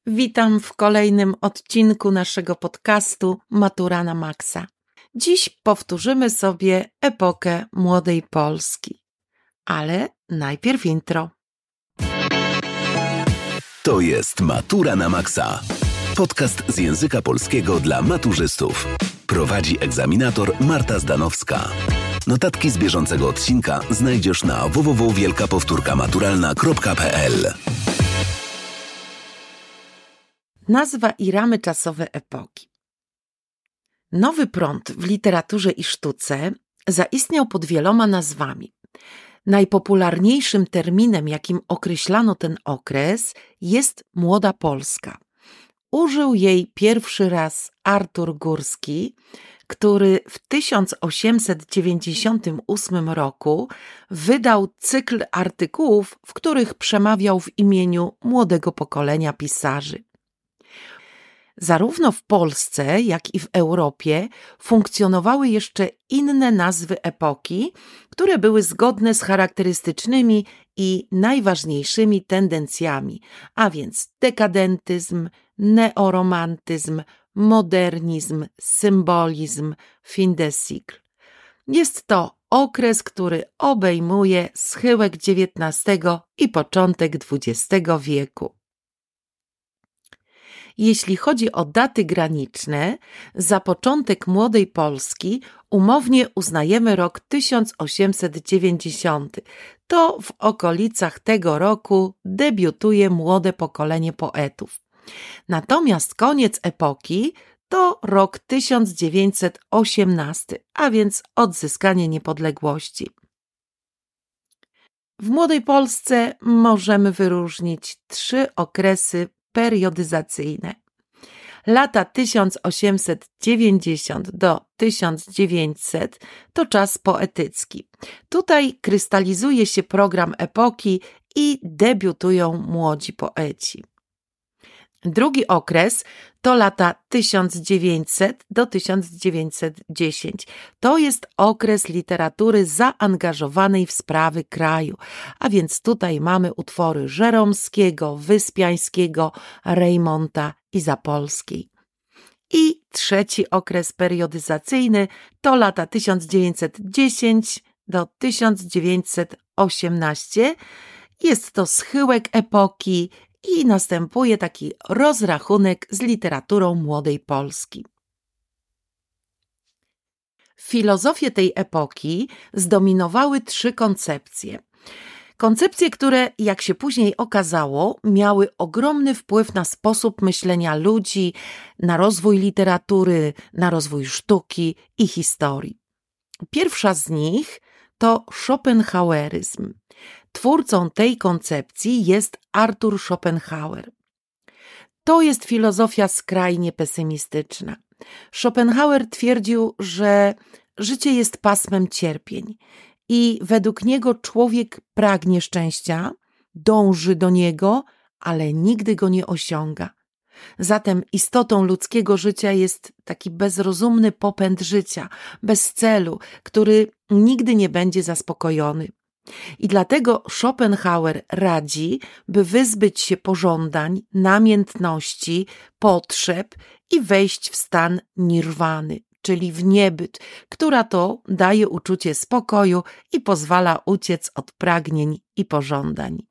Witam w kolejnym odcinku naszego podcastu Matura na Maksa. Dziś powtórzymy sobie epokę młodej Polski, ale najpierw intro. To jest Matura na Maksa. Podcast z języka polskiego dla maturzystów. Prowadzi egzaminator Marta Zdanowska. Notatki z bieżącego odcinka znajdziesz na www.wielkapowtórkamaturalna.pl. Nazwa i ramy czasowe epoki. Nowy prąd w literaturze i sztuce zaistniał pod wieloma nazwami. Najpopularniejszym terminem, jakim określano ten okres, jest Młoda Polska. Użył jej pierwszy raz Artur Górski, który w 1898 roku wydał cykl artykułów, w których przemawiał w imieniu młodego pokolenia pisarzy. Zarówno w Polsce, jak i w Europie funkcjonowały jeszcze inne nazwy epoki, które były zgodne z charakterystycznymi i najważniejszymi tendencjami, a więc dekadentyzm, neoromantyzm, modernizm, symbolizm, fin de siècle. Jest to okres, który obejmuje schyłek XIX i początek XX wieku. Jeśli chodzi o daty graniczne, za początek Młodej Polski umownie uznajemy rok 1890. To w okolicach tego roku debiutuje młode pokolenie poetów. Natomiast koniec epoki to rok 1918, a więc odzyskanie niepodległości. W Młodej Polsce możemy wyróżnić 3 okresy periodyzacyjne. Lata 1890 do 1900 to czas poetycki. Tutaj krystalizuje się program epoki i debiutują młodzi poeci. Drugi okres to lata 1900 do 1910. To jest okres literatury zaangażowanej w sprawy kraju, a więc tutaj mamy utwory Żeromskiego, Wyspiańskiego, Reymonta i Zapolskiej. I trzeci okres periodyzacyjny to lata 1910 do 1918. Jest to schyłek epoki i następuje taki rozrachunek z literaturą młodej Polski. W filozofię tej epoki zdominowały 3 koncepcje. Koncepcje, które, jak się później okazało, miały ogromny wpływ na sposób myślenia ludzi, na rozwój literatury, na rozwój sztuki i historii. Pierwsza z nich to schopenhaueryzm. Twórcą tej koncepcji jest Arthur Schopenhauer. To jest filozofia skrajnie pesymistyczna. Schopenhauer twierdził, że życie jest pasmem cierpień i według niego człowiek pragnie szczęścia, dąży do niego, ale nigdy go nie osiąga. Zatem istotą ludzkiego życia jest taki bezrozumny popęd życia, bez celu, który nigdy nie będzie zaspokojony. I dlatego Schopenhauer radzi, by wyzbyć się pożądań, namiętności, potrzeb i wejść w stan nirwany, czyli w niebyt, która to daje uczucie spokoju i pozwala uciec od pragnień i pożądań.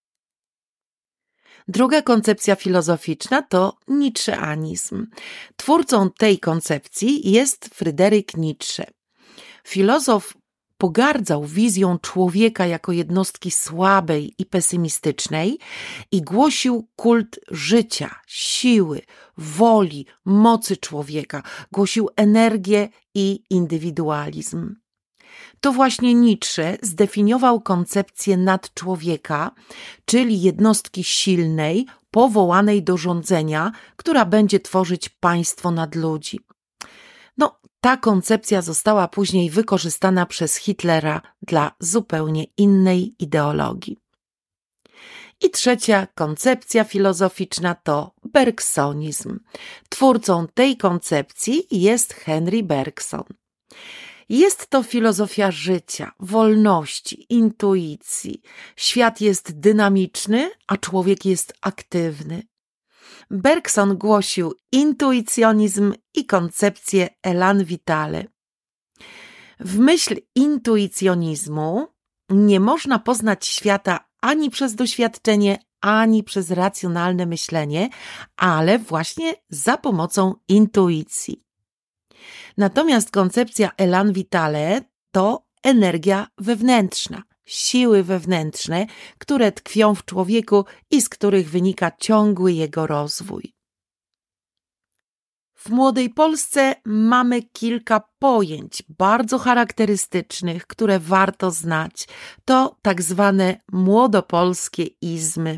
Druga koncepcja filozoficzna to niczeanizm. Twórcą tej koncepcji jest Fryderyk Nietzsche. Filozof pogardzał wizją człowieka jako jednostki słabej i pesymistycznej i głosił kult życia, siły, woli, mocy człowieka. Głosił energię i indywidualizm. To właśnie Nietzsche zdefiniował koncepcję nadczłowieka, czyli jednostki silnej, powołanej do rządzenia, która będzie tworzyć państwo nad ludzi. Ta koncepcja została później wykorzystana przez Hitlera dla zupełnie innej ideologii. I trzecia koncepcja filozoficzna to bergsonizm. Twórcą tej koncepcji jest Henry Bergson. Jest to filozofia życia, wolności, intuicji. Świat jest dynamiczny, a człowiek jest aktywny. Bergson głosił intuicjonizm i koncepcję Elan Vitale. W myśl intuicjonizmu nie można poznać świata ani przez doświadczenie, ani przez racjonalne myślenie, ale właśnie za pomocą intuicji. Natomiast koncepcja Elan Vitale to energia wewnętrzna, siły wewnętrzne, które tkwią w człowieku i z których wynika ciągły jego rozwój. W młodej Polsce mamy kilka pojęć bardzo charakterystycznych, które warto znać. To tak zwane młodopolskie izmy.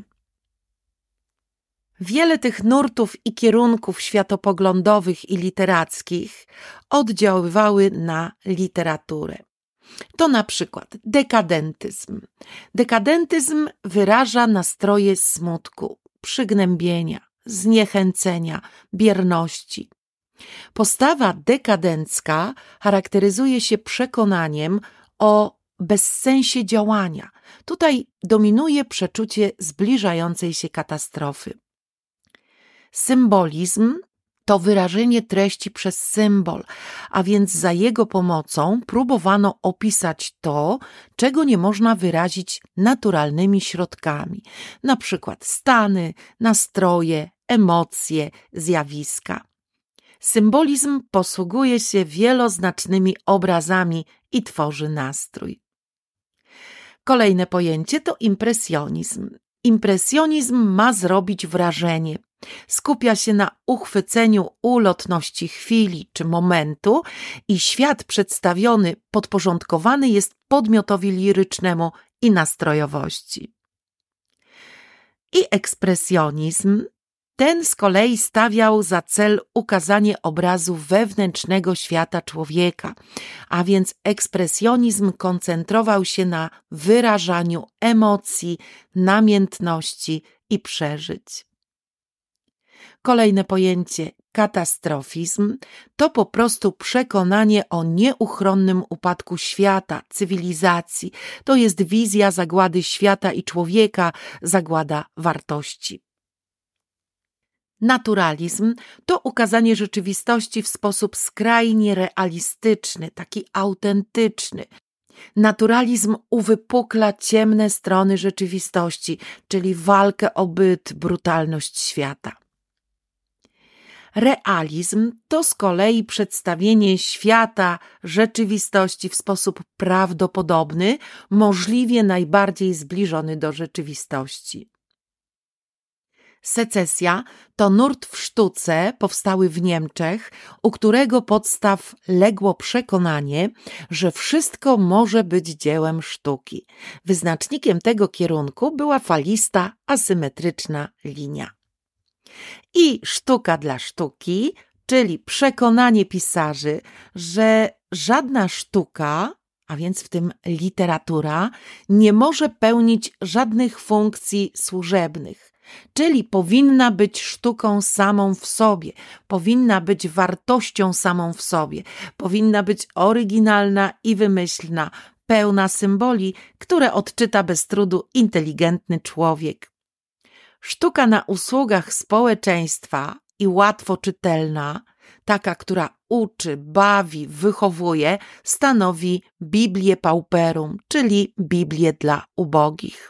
Wiele tych nurtów i kierunków światopoglądowych i literackich oddziaływały na literaturę. To na przykład dekadentyzm. Dekadentyzm wyraża nastroje smutku, przygnębienia, zniechęcenia, bierności. Postawa dekadencka charakteryzuje się przekonaniem o bezsensie działania. Tutaj dominuje przeczucie zbliżającej się katastrofy. Symbolizm to wyrażenie treści przez symbol, a więc za jego pomocą próbowano opisać to, czego nie można wyrazić naturalnymi środkami, na przykład stany, nastroje, emocje, zjawiska. Symbolizm posługuje się wieloznacznymi obrazami i tworzy nastrój. Kolejne pojęcie to impresjonizm. Impresjonizm ma zrobić wrażenie. Skupia się na uchwyceniu ulotności chwili czy momentu i świat przedstawiony podporządkowany jest podmiotowi lirycznemu i nastrojowości. I ekspresjonizm, ten z kolei stawiał za cel ukazanie obrazu wewnętrznego świata człowieka, a więc ekspresjonizm koncentrował się na wyrażaniu emocji, namiętności i przeżyć. Kolejne pojęcie, katastrofizm, to po prostu przekonanie o nieuchronnym upadku świata, cywilizacji. To jest wizja zagłady świata i człowieka, zagłada wartości. Naturalizm to ukazanie rzeczywistości w sposób skrajnie realistyczny, taki autentyczny. Naturalizm uwypukla ciemne strony rzeczywistości, czyli walkę o byt, brutalność świata. Realizm to z kolei przedstawienie świata, rzeczywistości w sposób prawdopodobny, możliwie najbardziej zbliżony do rzeczywistości. Secesja to nurt w sztuce powstały w Niemczech, u którego podstaw legło przekonanie, że wszystko może być dziełem sztuki. Wyznacznikiem tego kierunku była falista, asymetryczna linia. I sztuka dla sztuki, czyli przekonanie pisarzy, że żadna sztuka, a więc w tym literatura, nie może pełnić żadnych funkcji służebnych, czyli powinna być sztuką samą w sobie, powinna być wartością samą w sobie, powinna być oryginalna i wymyślna, pełna symboli, które odczyta bez trudu inteligentny człowiek. Sztuka na usługach społeczeństwa i łatwo czytelna, taka, która uczy, bawi, wychowuje, stanowi Biblię Pauperum, czyli Biblię dla ubogich.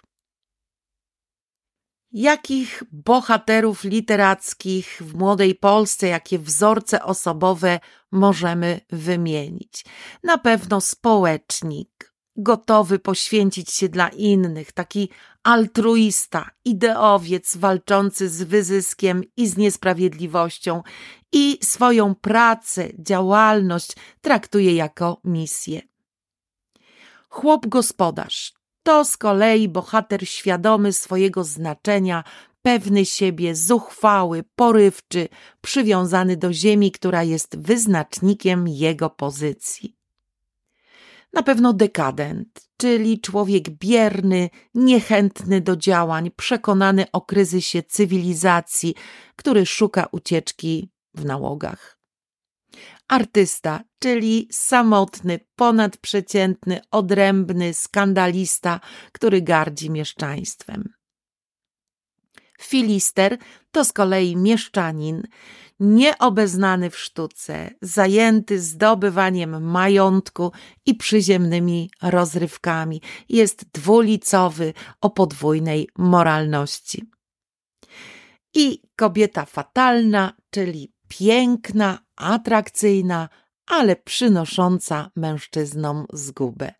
Jakich bohaterów literackich w młodej Polsce, jakie wzorce osobowe możemy wymienić? Na pewno społecznik, gotowy poświęcić się dla innych, taki altruista, ideowiec walczący z wyzyskiem i z niesprawiedliwością i swoją pracę, działalność traktuje jako misję. Chłop gospodarz to z kolei bohater świadomy swojego znaczenia, pewny siebie, zuchwały, porywczy, przywiązany do ziemi, która jest wyznacznikiem jego pozycji. Na pewno dekadent, czyli człowiek bierny, niechętny do działań, przekonany o kryzysie cywilizacji, który szuka ucieczki w nałogach. Artysta, czyli samotny, ponadprzeciętny, odrębny, skandalista, który gardzi mieszczaństwem. Filister to z kolei mieszczanin, nieobeznany w sztuce, zajęty zdobywaniem majątku i przyziemnymi rozrywkami. Jest dwulicowy, o podwójnej moralności. I kobieta fatalna, czyli piękna, atrakcyjna, ale przynosząca mężczyznom zgubę.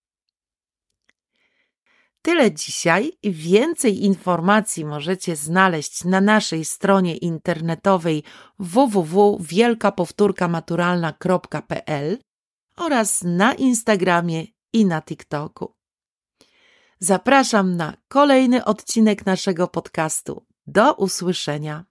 Tyle dzisiaj. Więcej informacji możecie znaleźć na naszej stronie internetowej www.wielkapowtórkamaturalna.pl oraz na Instagramie i na TikToku. Zapraszam na kolejny odcinek naszego podcastu. Do usłyszenia.